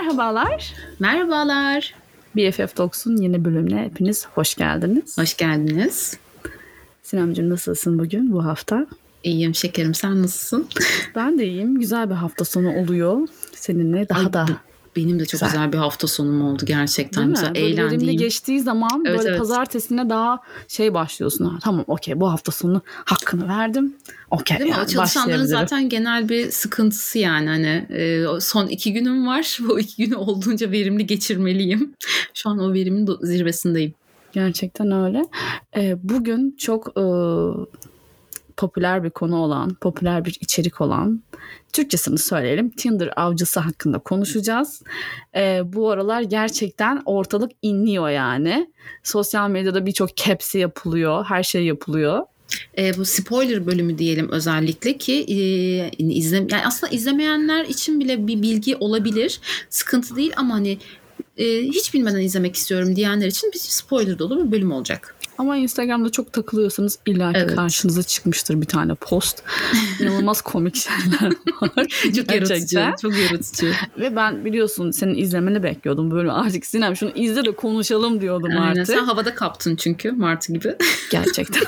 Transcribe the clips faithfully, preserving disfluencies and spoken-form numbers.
Merhabalar. Merhabalar. B F F Talks'un yeni bölümüne hepiniz hoş geldiniz. Hoş geldiniz. Sinemciğim nasılsın bugün bu hafta? İyiyim şekerim, sen nasılsın? Ben de iyiyim. Güzel bir hafta sonu oluyor. Seninle daha Ay, da benim de çok güzel. güzel bir hafta sonum oldu gerçekten. Değil mi? Güzel, böyle eğlendiğim. verimli geçtiği zaman evet, böyle evet. pazartesine daha şey başlıyorsun. Ha, tamam okey bu hafta sonu hakkını verdim. Okey Değil mi? yani O çalışanların başlayabilirim. zaten genel bir sıkıntısı yani. Hani e, son iki günüm var. O iki günü olduğunca verimli geçirmeliyim. Şu an o verimin zirvesindeyim. Gerçekten öyle. Ee, bugün çok e, popüler bir konu olan, popüler bir içerik olan, Türkçesini söyleyelim, Tinder avcısı hakkında konuşacağız. Ee, bu aralar gerçekten ortalık inliyor yani. Sosyal medyada birçok caps'i yapılıyor, her şey yapılıyor. E, bu spoiler bölümü diyelim özellikle ki e, izle, yani aslında izlemeyenler için bile bir bilgi olabilir. Sıkıntı değil ama hani e, hiç bilmeden izlemek istiyorum diyenler için bir spoiler dolu bir bölüm olacak. Ama Instagram'da çok takılıyorsanız illaki evet. karşınıza çıkmıştır bir tane post. İnanılmaz komik şeyler var. Çok yaratıcı. Çok yaratıcı. Ve ben biliyorsun senin izlemeni bekliyordum. Böyle artık Sinem şunu izle de konuşalım diyordum Aynen. artık. Sen havada kaptın çünkü Martı gibi. Gerçekten.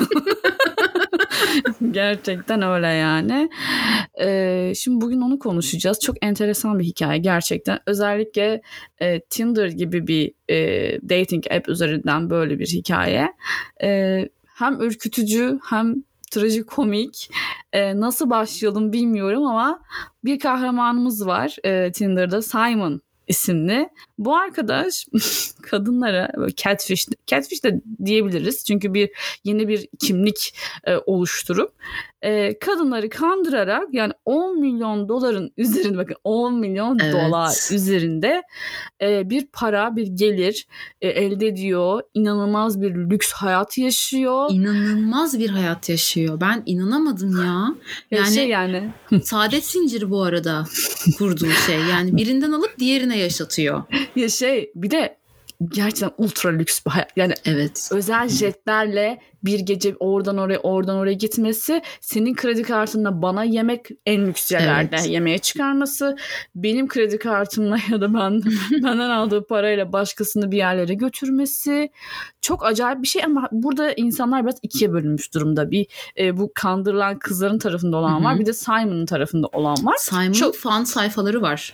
Gerçekten öyle yani. Ee, şimdi bugün onu konuşacağız. Çok enteresan bir hikaye gerçekten. Özellikle e, Tinder gibi bir e, dating app üzerinden böyle bir hikaye. E, hem ürkütücü hem trajikomik. E, nasıl başlayalım bilmiyorum ama bir kahramanımız var e, Tinder'da, Simon isimli. Bu arkadaş kadınlara catfish, catfish de diyebiliriz. Çünkü bir yeni bir kimlik e, oluşturup e, kadınları kandırarak yani on milyon doların üzerinde, bakın on milyon evet. dolar üzerinde e, bir para, bir gelir e, elde ediyor. İnanılmaz bir lüks hayat yaşıyor. İnanılmaz bir hayat yaşıyor. Ben inanamadım ya. Yani, şey yani. saadet zinciri bu arada kurduğu şey. Yani birinden alıp diğerine yaşatıyor. Ya şey bir de gerçekten ultra lüks bir hayat. Yani evet. özel jetlerle bir gece oradan oraya oradan oraya gitmesi, senin kredi kartınla bana yemek en lüks yerlerde evet. yemeğe çıkarması, benim kredi kartımla ya da ben benden aldığı parayla başkasını bir yerlere götürmesi çok acayip bir şey. Ama burada insanlar biraz ikiye bölünmüş durumda. Bir e, bu kandırılan kızların tarafında olan Hı-hı. var, bir de Simon'ın tarafında olan var. Simon'ın çok fan sayfaları var.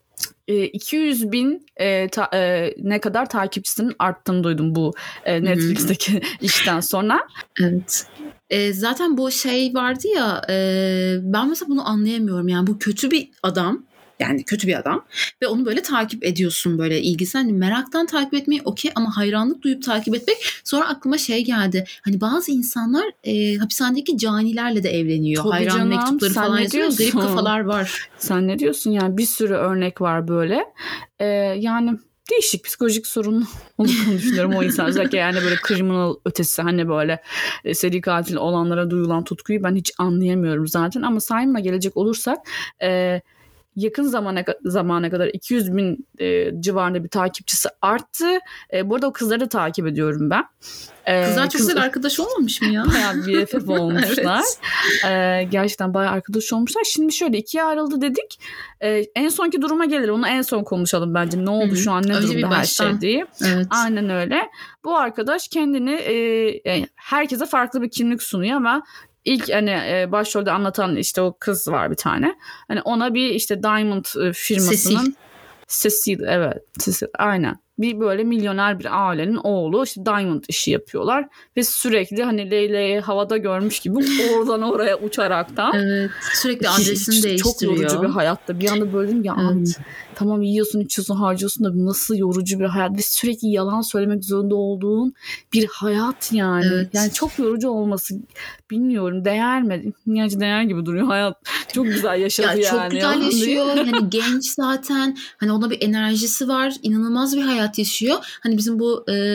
iki yüz bin e, ta, e, ne kadar takipçisinin arttığını duydum bu e, Netflix'teki işten sonra. Evet. E, zaten bu şey vardı ya, e, ben mesela bunu anlayamıyorum. Yani bu kötü bir adam. Yani kötü bir adam ve onu böyle takip ediyorsun, böyle ilgisi. Hani meraktan takip etmeyi okey ama hayranlık duyup takip etmek. Sonra aklıma şey geldi. Hani bazı insanlar e, hapishanedeki canilerle de evleniyor. Tabii hayran canım, mektupları falan yazıyor. Garip kafalar var. Sen ne diyorsun? Yani bir sürü örnek var böyle. Ee, yani değişik psikolojik sorun olduğunu düşünüyorum o insan. Özellikle yani böyle kriminal ötesi, hani böyle e, seri katil olanlara duyulan tutkuyu ben hiç anlayamıyorum zaten. Ama Simon'a gelecek olursak e, yakın zamana zamana kadar iki yüz bin e, civarında bir takipçisi arttı. E, bu arada o kızları da takip ediyorum ben. E, Kızlar çok kız... güzel arkadaş olmamış mı ya? Bayağı B F F olmuşlar. evet. e, gerçekten bayağı arkadaş olmuşlar. Şimdi şöyle ikiye ayrıldı dedik. E, en sonki duruma gelir. Onu en son konuşalım bence. Ne oldu Hı-hı. şu an, ne Önce durumda her şey diye. Evet. Aynen öyle. Bu arkadaş kendini e, herkese farklı bir kimlik sunuyor ama İlk hani e, başrolde anlatan işte o kız var bir tane. Hani ona bir işte Diamond e, firmasının Cecil, evet Cecil, aynen. Bir böyle milyoner bir ailenin oğlu, işte Diamond işi yapıyorlar ve sürekli hani Leyla'yı havada görmüş gibi oradan oraya uçaraktan. Evet. Sürekli adresini değiştiriyor. Çok yorucu bir hayatta. Bir anda böyle dedim ya evet. abi tamam yiyorsun, içiyorsun, harcıyorsun da nasıl yorucu bir hayat ve sürekli yalan söylemek zorunda olduğun bir hayat yani. Evet. Yani çok yorucu olması, bilmiyorum değer mi? Gerçi değer gibi duruyor hayat. Çok güzel yaşadı ya, yani. Çok güzel yaşıyor. Hani genç zaten. Hani ona bir enerjisi var. İnanılmaz bir hayat yaşıyor. Hani bizim bu e,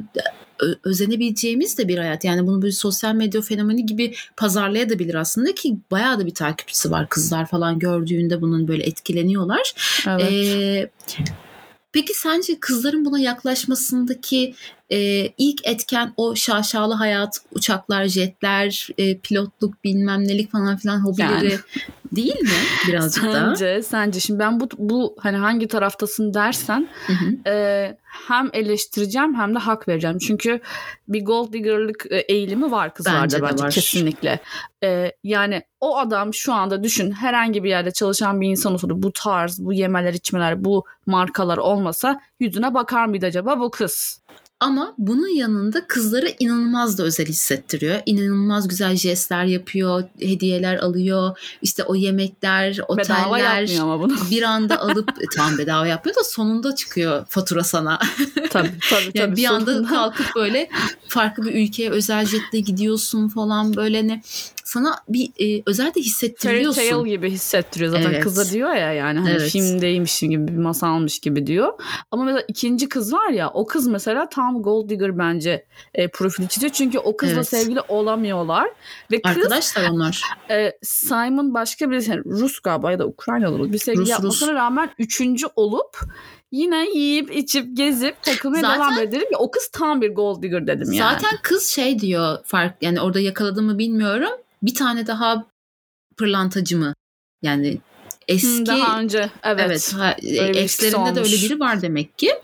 özenebileceğimiz de bir hayat. Yani bunu bir sosyal medya fenomeni gibi pazarlayabilir aslında ki bayağı da bir takipçisi var. Kızlar falan gördüğünde bunun böyle etkileniyorlar. Evet. E, peki sence kızların buna yaklaşmasındaki e, ilk etken o şaşalı hayat, uçaklar, jetler, e, pilotluk, bilmem nelik falan filan hobileri yani. Değil mi birazcık sence, daha? Sence, sence. Şimdi ben bu bu hani hangi taraftasın dersen hı hı. E, hem eleştireceğim hem de hak vereceğim. Çünkü bir gold digger'lık eğilimi var kızlarda bence, bence var. Kesinlikle. E, yani o adam şu anda düşün, herhangi bir yerde çalışan bir insan olsa da bu tarz, bu yemeler, içmeler, bu markalar olmasa yüzüne bakar mıydı acaba bu kız? Ama bunun yanında kızlara inanılmaz da özel hissettiriyor. İnanılmaz güzel jestler yapıyor, hediyeler alıyor. İşte o yemekler, oteller. Bedava yapmıyor ama bunu. Bir anda alıp e, tam bedava yapmıyor da sonunda çıkıyor fatura sana. Tabii tabii. Yani tabii bir sonunda. anda kalkıp böyle farklı bir ülkeye özel jetle gidiyorsun falan, böyle ne sana bir e, özel de hissettiriyorsun. Fairy tale gibi hissettiriyor zaten, evet. Kıza diyor ya yani hani evet. Filmdeymişim gibi, bir masalmış gibi diyor. Ama mesela ikinci kız var ya, o kız mesela tam gold digger bence e, profili çiziyor. Çünkü o kızla evet. sevgili olamıyorlar. Ve kız, arkadaşlar onlar. E, Simon başka bir yani Rus galiba ya da Ukraynalı bir sevgili Rus, yapmasına Rus. rağmen üçüncü olup yine yiyip içip gezip takılmaya zaten, devam edelim ya, o kız tam bir gold digger dedim zaten yani. Zaten kız şey diyor, fark yani orada yakaladığımı bilmiyorum. Bir tane daha pırlantacı mı? Yani eski hmm, daha önce evet. Evet. Eşlerinde de öyle biri var demek ki.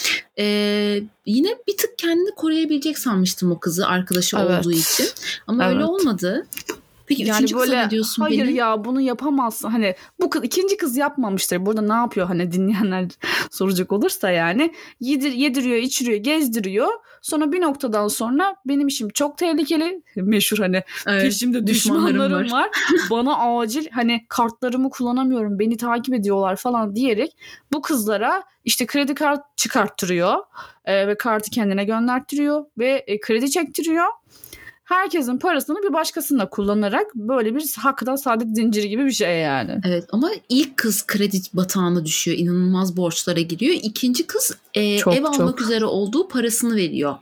Ee, yine bir tık kendini koruyabilecek sanmıştım o kızı, arkadaşı evet. olduğu için. Ama evet. öyle olmadı. Peki yani üçüncü kıza ne diyorsun? Hayır benim? Ya bunu yapamazsın. Hani bu kız ikinci kız yapmamıştır. Burada ne yapıyor hani dinleyenler soracak olursa yani. Yedir, yediriyor, içiriyor, gezdiriyor. Sonra bir noktadan sonra benim işim çok tehlikeli. Meşhur hani evet, peşimde düşmanlarım, düşmanlarım var. var. Bana acil hani kartlarımı kullanamıyorum. Beni takip ediyorlar falan diyerek bu kızlara işte kredi kart çıkarttırıyor. E, ve kartı kendine gönderttiriyor. Ve e, kredi çektiriyor. Herkesin parasını bir başkasına kullanarak böyle bir hakikaten saadet zinciri gibi bir şey yani. Evet ama ilk kız kredi batağına düşüyor. İnanılmaz borçlara giriyor. İkinci kız e, çok, ev almak çok. üzere olduğu parasını veriyor.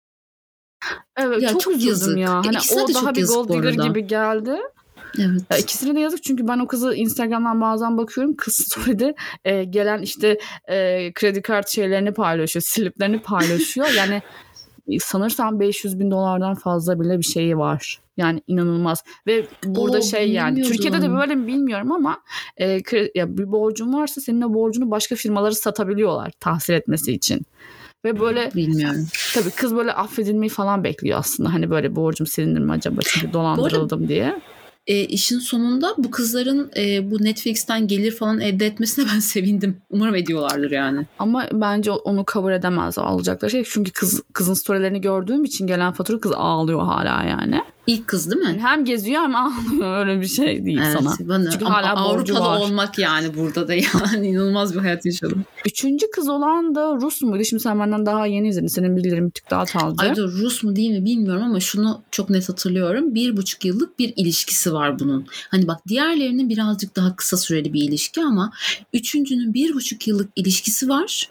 Evet ya çok, çok üzüldüm ya. Hani ya o daha bir gold digger gibi geldi. Evet. Ya ikisine de yazık çünkü ben o kızı Instagram'dan bazen bakıyorum. Kız story'de e, gelen işte e, kredi kart şeylerini paylaşıyor. Sliplerini paylaşıyor. Yani sanırsam beş yüz bin dolardan fazla bile bir şeyi var. Yani inanılmaz. Ve burada Oo, şey yani Türkiye'de de böyle mi bilmiyorum ama e, ya bir borcun varsa senin o borcunu başka firmaları satabiliyorlar tahsil etmesi için. Ve böyle bilmiyorum. Tabii kız böyle affedilmeyi falan bekliyor aslında. Hani böyle borcum silinir mi acaba çünkü dolandırıldım arada, diye. E, işin sonunda bu kızların e, bu Netflix'ten gelir falan elde etmesine ben sevindim. Umarım ediyorlardır yani. Ama bence onu cover edemez alacakları şey. Çünkü kız kızın storylerini gördüğüm için gelen fatura, kız ağlıyor hala yani. İlk kız değil mi? Hem geziyor hem ağlıyor. Öyle bir şey değil evet, sana. Bana, çünkü ama hala borcu Avrupalı var. olmak yani burada da yani inanılmaz bir hayat yaşadım. Üçüncü kız olan da Rus muydu? Şimdi sen benden daha yeni izledin. Senin bilgilerin bir tık daha taze. Ay dur, Rus mu değil mi bilmiyorum ama şunu çok net hatırlıyorum. Bir buçuk yıllık bir ilişkisi var bunun. Hani bak diğerlerinin birazcık daha kısa süreli bir ilişki ama üçüncünün bir buçuk yıllık ilişkisi var.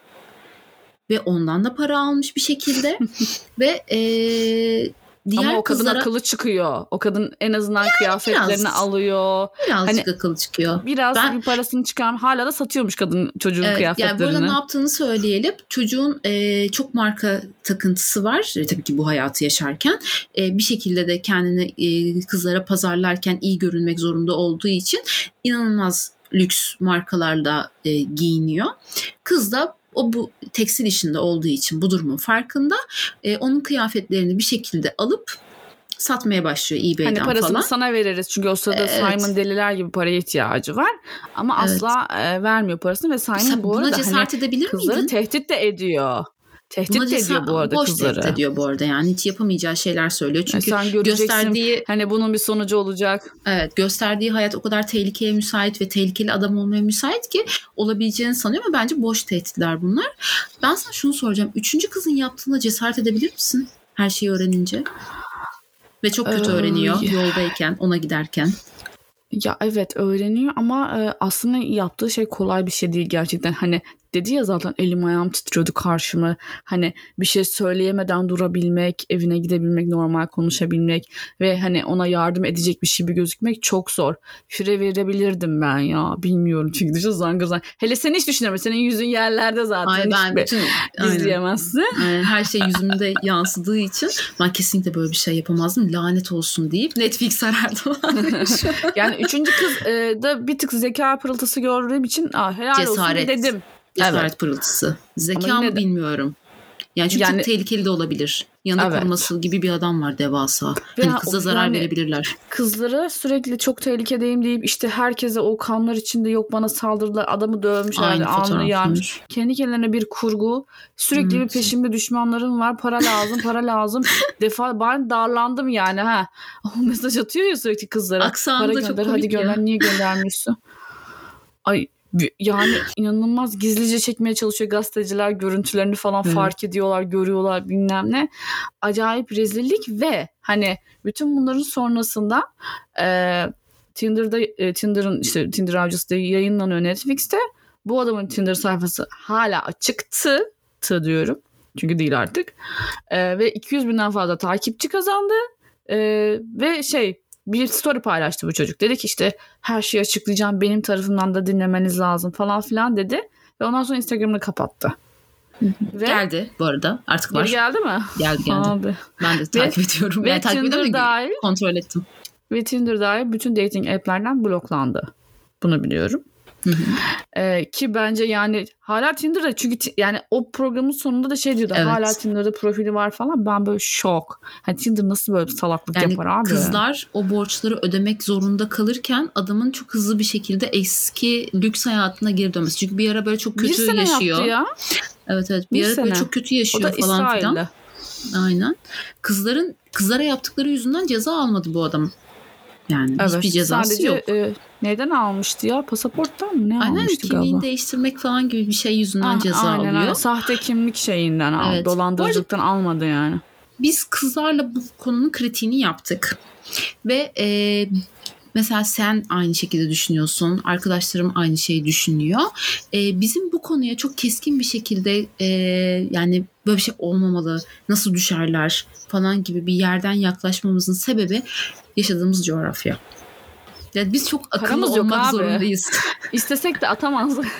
Ve ondan da para almış bir şekilde. Ve eee diğer ama o kadın kızlara... akıllı çıkıyor. O kadın en azından yani kıyafetlerini biraz, alıyor. Birazcık hani, akıllı çıkıyor. Biraz ben, bir parasını çıkarmış. Hala da satıyormuş kadın çocuğun evet, kıyafetlerini. Yani burada ne yaptığını söyleyelim. Çocuğun e, çok marka takıntısı var. E, tabii ki bu hayatı yaşarken. E, bir şekilde de kendini e, kızlara pazarlarken iyi görünmek zorunda olduğu için inanılmaz lüks markalarla e, giyiniyor. Kız da o bu tekstil işinde olduğu için bu durumun farkında. E, onun kıyafetlerini bir şekilde alıp satmaya başlıyor eBay'den hani parasını falan. Sana veririz çünkü o sırada evet. Simon deliler gibi paraya ihtiyacı var. Ama evet. asla e, vermiyor parasını ve Simon Sen bu arada buna cesaret hani edebilir kızları miydin? tehdit de ediyor. Tehdit de ediyor bu arada boş kızları. Boş tehdit ediyor bu arada yani hiç yapamayacağı şeyler söylüyor. Çünkü sen gösterdiği hani bunun bir sonucu olacak. Evet, gösterdiği hayat o kadar tehlikeye müsait ve tehlikeli adam olmaya müsait ki olabileceğini sanıyor ama bence boş tehditler bunlar. Ben sana şunu soracağım. Üçüncü kızın yaptığına cesaret edebilir misin? Her şeyi öğrenince. Ve çok kötü ee, öğreniyor yoldayken, ona giderken. Ya evet öğreniyor ama e, aslında yaptığı şey kolay bir şey değil gerçekten. Hani dedi ya zaten elim ayağım titriyordu karşıma. Hani bir şey söyleyemeden durabilmek, evine gidebilmek, normal konuşabilmek ve hani ona yardım edecek bir şey bir gözükmek çok zor. Fire verebilirdim ben ya. Bilmiyorum çünkü dışı zangır zangır. Hele seni hiç düşünemem. Senin yüzün yerlerde zaten. Ay ben bütün izleyemezsin. Aynen. Her şey yüzümde yansıdığı için ben kesinlikle böyle bir şey yapamazdım. Lanet olsun deyip Netflix arardım. Yani üçüncü kız e, da bir tık zeka pırıltısı gördüğüm için ah, helal cesaret. olsun dedim. Cesaret evet. pırıltısı. Zeka mı bilmiyorum. Yani çünkü yani, çok tehlikeli de olabilir. Yanı evet. koruması gibi bir adam var devasa. Ve hani kıza zarar yani, verebilirler. Kızlara sürekli çok tehlikedeyim deyip işte herkese o kanlar içinde yok bana saldırdılar. Adamı dövmüş. Aynı fotoğraf. Yani kendi kendilerine bir kurgu. Sürekli evet. bir peşimde düşmanlarım var. Para lazım, para lazım. Defa ben darlandım yani. ha. O mesaj atıyor ya sürekli kızlara. Aksanı da çok komik hadi ya. gönder, niye göndermiyorsun? Ay yani inanılmaz gizlice çekmeye çalışıyor gazeteciler, görüntülerini falan hmm. fark ediyorlar, görüyorlar bilmem ne. Acayip rezillik ve hani bütün bunların sonrasında e, Tinder'da e, Tinder'ın işte Tinder avcısı da yayınlanıyor Netflix'te. Bu adamın Tinder sayfası hala açıktı. Tı diyorum. Çünkü değil artık. E, ve iki yüz binden fazla takipçi kazandı. E, ve şey bir story paylaştı bu çocuk. Dedi ki işte her şeyi açıklayacağım. Benim tarafımdan da dinlemeniz lazım falan filan dedi. Ve ondan sonra Instagram'ını kapattı. Ve geldi bu arada. Artık var. Geldi mi? Geldi geldi. Abi. Ben de takip ve, ediyorum. Ve yani takip ediyorum dahil, kontrol ettim. Ve Tinder dahil bütün dating app'lerden bloklandı. Bunu biliyorum. Hı hı. Ee, ki bence yani hala Tinder'da çünkü t- yani o programın sonunda da şey diyordu evet. hala Tinder'da profili var falan ben böyle şok. Hani Tinder nasıl böyle bir salaklık yani yapar abi? Kızlar o borçları ödemek zorunda kalırken adamın çok hızlı bir şekilde eski lüks hayatına geri dönmesi. Çünkü bir ara böyle çok kötü bir sene yaşıyor. Yaptı ya. Evet evet bir, bir ara sene. Böyle çok kötü yaşıyor falan filan. Aynen. Kızların kızlara yaptıkları yüzünden ceza almadı bu adam. Yani evet, hiçbir cezası sadece, yok. E, neden almıştı ya? Pasaporttan mı? Ne aynen, almıştı galiba? Kimliğini değiştirmek falan gibi bir şey yüzünden ah, ceza aynen, alıyor. Aynen. Sahte kimlik şeyinden aldı. Evet. Dolandırıcılıktan arada, almadı yani. Biz kızlarla bu konunun kritiğini yaptık. Ve e, mesela sen aynı şekilde düşünüyorsun. Arkadaşlarım aynı şeyi düşünüyor. E, bizim bu konuya çok keskin bir şekilde e, yani böyle bir şey olmamalı. Nasıl düşerler falan gibi bir yerden yaklaşmamızın sebebi yaşadığımız coğrafya. Yani biz çok akıllı Paramız olmak zorundayız. İstesek de atamazdık.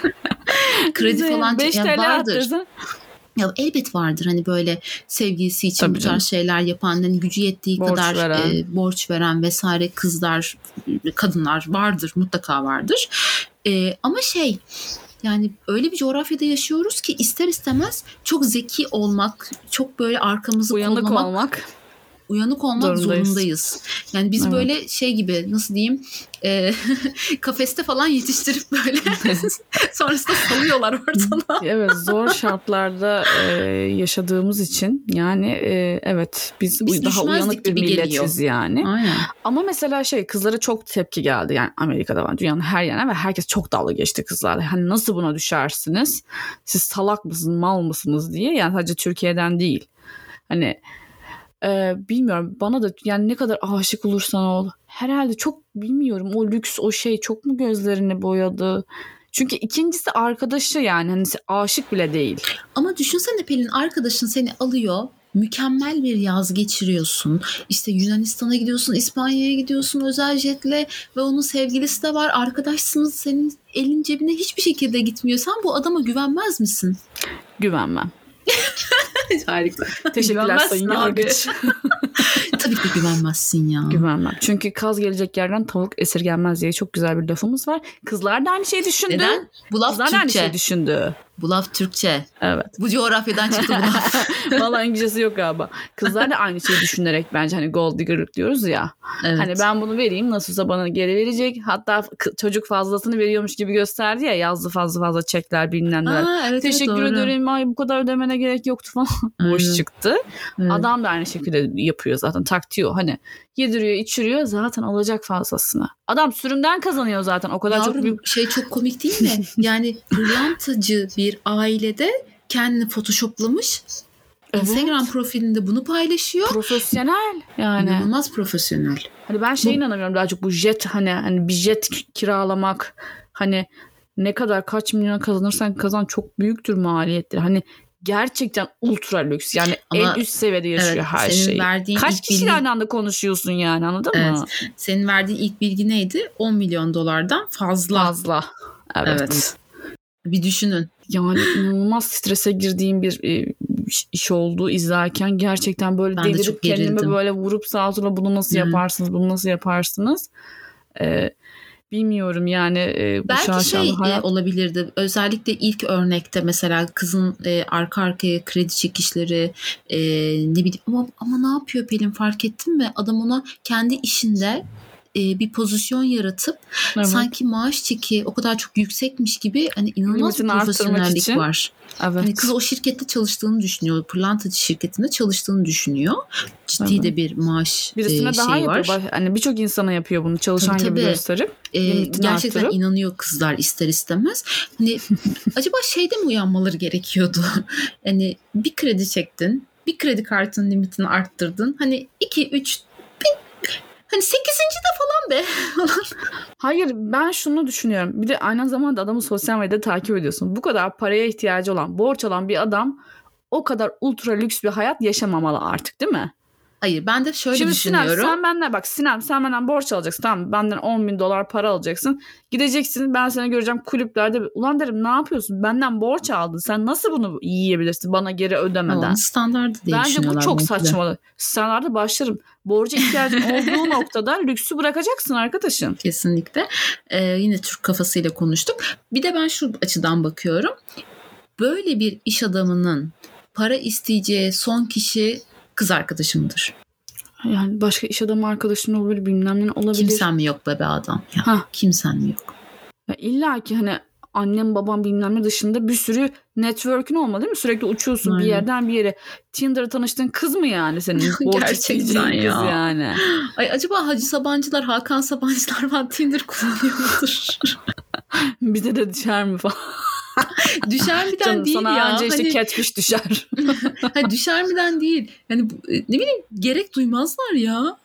Kredi falan beş yani vardır. Attırsa. Ya elbet vardır hani böyle sevgilisi için Tabii bu tarz şeyler yapan, hani gücü yettiği borç kadar veren. E, borç veren vesaire kızlar, kadınlar vardır, mutlaka vardır. E, ama şey yani öyle bir coğrafyada yaşıyoruz ki ister istemez çok zeki olmak, çok böyle arkamızı uyanık kollamak. olmak. Uyanık olmak zorundayız. zorundayız. Yani biz evet. böyle şey gibi nasıl diyeyim e, kafeste falan yetiştirip böyle sonrasında salıyorlar ortadan. Evet zor şartlarda e, yaşadığımız için yani e, evet biz, biz daha uyanık bir milletiz yani. Aynen. Ama mesela şey kızlara çok tepki geldi yani Amerika'da var dünyanın her yerine ve herkes çok dalga geçti kızlarla. Hani nasıl buna düşersiniz? Siz salak mısınız, mal mısınız diye yani sadece Türkiye'den değil. Hani Ee, bilmiyorum bana da yani ne kadar aşık olursan ol herhalde çok bilmiyorum o lüks o şey çok mu gözlerini boyadı çünkü ikincisi arkadaşı yani hani aşık bile değil. Ama düşünsene Pelin arkadaşın seni alıyor mükemmel bir yaz geçiriyorsun işte Yunanistan'a gidiyorsun İspanya'ya gidiyorsun özel jetle ve onun sevgilisi de var arkadaşsınız senin elin cebine hiçbir şekilde gitmiyor sen bu adama güvenmez misin? Güvenmem. Harika. Teşekkürler sayın yargıç. Tabii ki güvenmezsin ya. Güvenmem. Çünkü kaz gelecek yerden tavuk esirgenmez diye çok güzel bir lafımız var. Kızlar da aynı şeyi düşündü. Neden? Bu laf Kızlar Türkçe. da aynı şeyi düşündü. Bu laf Türkçe. Evet. Bu coğrafyadan çıktı bu laf. Vallahi İngilizcesi yok galiba. Kızlar da aynı şeyi düşünerek bence hani gold digger'lık diyoruz ya. Evet. Hani ben bunu vereyim nasılsa bana geri verecek. Hatta çocuk fazlasını veriyormuş gibi gösterdi ya yazdı fazla fazla çekler bilmem neler. Aa, evet, teşekkür evet, ederim ay bu kadar ödemene gerek yoktu falan. Boş çıktı. Evet. Adam da aynı şekilde yapıyor zaten taktiği o. Hani yediriyor içiriyor zaten alacak fazlasını. Adam sürümden kazanıyor zaten o kadar. Yavrum, çok büyük. Şey çok komik değil mi? Yani pırlantacı bir ailede kendini photoshoplamış. Evet. Instagram profilinde bunu paylaşıyor. Profesyonel yani. İnanılmaz profesyonel. Hani ben şey inanamıyorum daha çok bu jet hani hani bir jet kiralamak hani ne kadar kaç milyon kazanırsan kazan çok büyüktür maliyetleri. Hani gerçekten ultra lüks. Yani Ama en üst seviyede yaşıyor evet, her senin şeyi. verdiğin Kaç ilk kişiyle bilgi- aynı anda konuşuyorsun yani, anladın Evet. mı? Senin verdiğin ilk bilgi neydi? on milyon dolardan fazla. Fazla. Evet. Evet. Bir düşünün. Yani inanılmaz strese girdiğim bir e, iş- iş oldu izlerken. Gerçekten böyle Ben de delirip çok kendime gerildim. böyle vurup sağa sola bunu nasıl Hı. yaparsınız, bunu nasıl yaparsınız? Ee, bilmiyorum yani e, bu Belki şaşalı şey e, hayat. olabilirdi. Özellikle ilk örnekte mesela kızın e, arka arkaya kredi çekişleri e, ne bileyim ama, ama ne yapıyor Pelin, fark ettin mi? Adam ona kendi işinde e, bir pozisyon yaratıp Evet. sanki maaş çeki o kadar çok yüksekmiş gibi hani inanılmaz bir Limitini arttırmak profesyonellik için. var. Evet. Hani kız o şirkette çalıştığını düşünüyor. Pırlantacı şirketinde çalıştığını düşünüyor. Ciddi Evet. de bir maaş Birisine e, daha şeyi yapıyor. var. Baş- Hani birçok insana yapıyor bunu, çalışan Tabii, gibi tabii. gösterip Ee, limitini gerçekten arttırıp. inanıyor kızlar ister istemez. Hani acaba şeyde mi uyanmaları gerekiyordu? Hani bir kredi çektin, bir kredi kartının limitini arttırdın. Hani iki, üç, hani sekizinci de falan be. Hayır, ben şunu düşünüyorum. Bir de aynı zamanda adamı sosyal medyada takip ediyorsun. Bu kadar paraya ihtiyacı olan, borç alan bir adam o kadar ultra lüks bir hayat yaşamamalı artık, değil mi? Hayır, ben de şöyle Şimdi Sinem, düşünüyorum. sen benden bak Sinem sen benden borç alacaksın, tamam mı? Benden on bin dolar para alacaksın. Gideceksin, ben seni göreceğim kulüplerde. Ulan derim, ne yapıyorsun? Benden borç aldın. Sen nasıl bunu yiyebilirsin bana geri Ama ödemeden? onun standardı diye Bence bu düşünüyorlar çok belki de. saçmalı. Standarda başlarım. Borca ihtiyacın olduğu noktada lüksü bırakacaksın arkadaşım. Kesinlikle. Ee, yine Türk kafasıyla konuştuk. Bir de ben şu açıdan bakıyorum. Böyle bir iş adamının para isteyeceği son kişi kız arkadaşımdır. Yani başka iş adamı arkadaşın olabilir, bilmem ne olabilir. Kimsen mi yok be be adam? Ya, Hah. kimsen mi yok? Ya illa ki hani annem babam bilmem ne dışında bir sürü network'ün olmalı değil mi? Sürekli uçuyorsun Aynen. bir yerden bir yere. Tinder'da tanıştığın kız mı yani senin borç Gerçekten isteyeceğin ya. kız yani? Ay acaba Hacı Sabancılar, Hakan Sabancılar falan Tinder kullanıyor mudur? Bize de düşer mi falan? Düşer miden Canım değil sana ya. anca işte Hani, catfish düşer. hani düşer miden değil. Yani bu- ne bileyim, gerek duymazlar ya.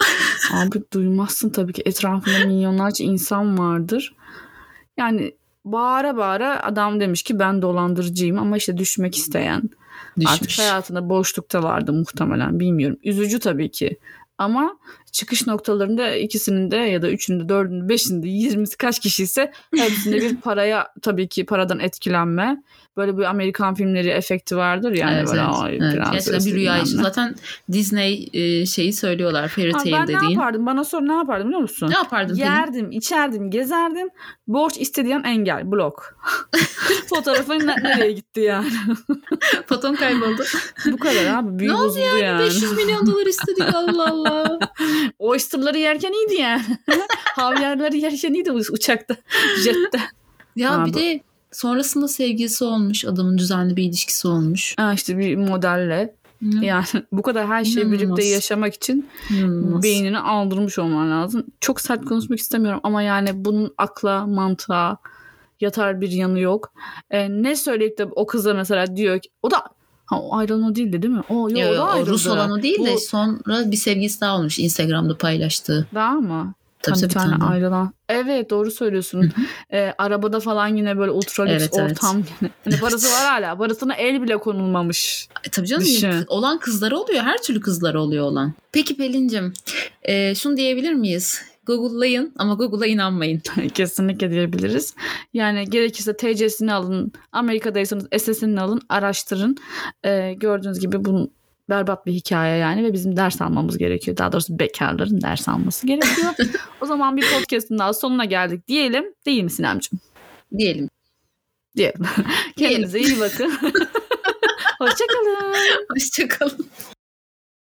Abi duymazsın tabii ki. Etrafında milyonlarca insan vardır. Yani bağıra bağıra adam demiş ki ben dolandırıcıyım, ama işte düşmek isteyen. Artık Düşmüş. hayatında boşlukta vardı muhtemelen, bilmiyorum. Üzücü tabii ki. Ama çıkış noktalarında ikisinin de ya da üçünde, dördünde, beşinde, yirmisi kaç kişi ise hepsinde bir paraya, tabii ki paradan etkilenme. Böyle bir Amerikan filmleri efekti vardır yani, Evet, böyle evet. ay, Evet. prenses Gerçekten bir rüya bilmem işi. ne. Zaten Disney e, şeyi söylüyorlar. Fairy Ha, tale ben ne dediğin. yapardım? Bana sor, ne yapardım biliyor musun? Ne yapardın Pelin? Yerdim, içerdim, gezerdim. Borç istediğin engel, blok. Fotoğrafın ne- nereye gitti yani? Foton kayboldu. Bu kadar abi. Büyü Ne oldu bozuldu yani. yani? beş yüz milyon dolar istedik, Allah Allah. Oyster'ları yerken iyiydi yani. Havyarları yerken iyiydi uçakta, jette. Ya Abi. bir de sonrasında sevgilisi olmuş. Adamın düzenli bir ilişkisi olmuş. Ha, işte bir modelle. Hı. Yani bu kadar her şeyi İnanılmaz. birlikte yaşamak için İnanılmaz. beynini aldırmış olman lazım. Çok sert konuşmak istemiyorum ama yani bunun akla, mantığa yatar bir yanı yok. Ee, ne söyleyip de o kıza mesela diyor ki, o da ha, o ayrılan o değildi değil mi? O, yo, Yo, o yo, da o ayrıldı. Rus olan o değil de Bu sonra bir sevgilisi daha olmuş Instagram'da paylaştığı. daha mı? Tabii Ha, tabii bir tane tane daha. ayrılan. Evet, doğru söylüyorsun. Ee, arabada falan yine böyle ultra lüks Evet, evet. ortam. Yine. Hani parası var hala. Parasına el bile konulmamış. E, tabii canım, Düşün. olan kızları oluyor. Her türlü kızları oluyor olan. Peki Pelin'cim, e, şunu diyebilir miyiz? Google'layın ama Google'a inanmayın. Kesinlikle diyebiliriz. Yani gerekirse T C'sini alın. Amerika'daysanız S S'ini alın. Araştırın. Ee, gördüğünüz gibi bunun berbat bir hikaye yani ve bizim ders almamız gerekiyor. Daha doğrusu bekarların ders alması gerekiyor. O zaman bir podcast'ın daha sonuna geldik diyelim. Değil mi Sinemciğim? Diyelim. Diyelim. Kendinize iyi bakın. Hoşçakalın. Hoşçakalın.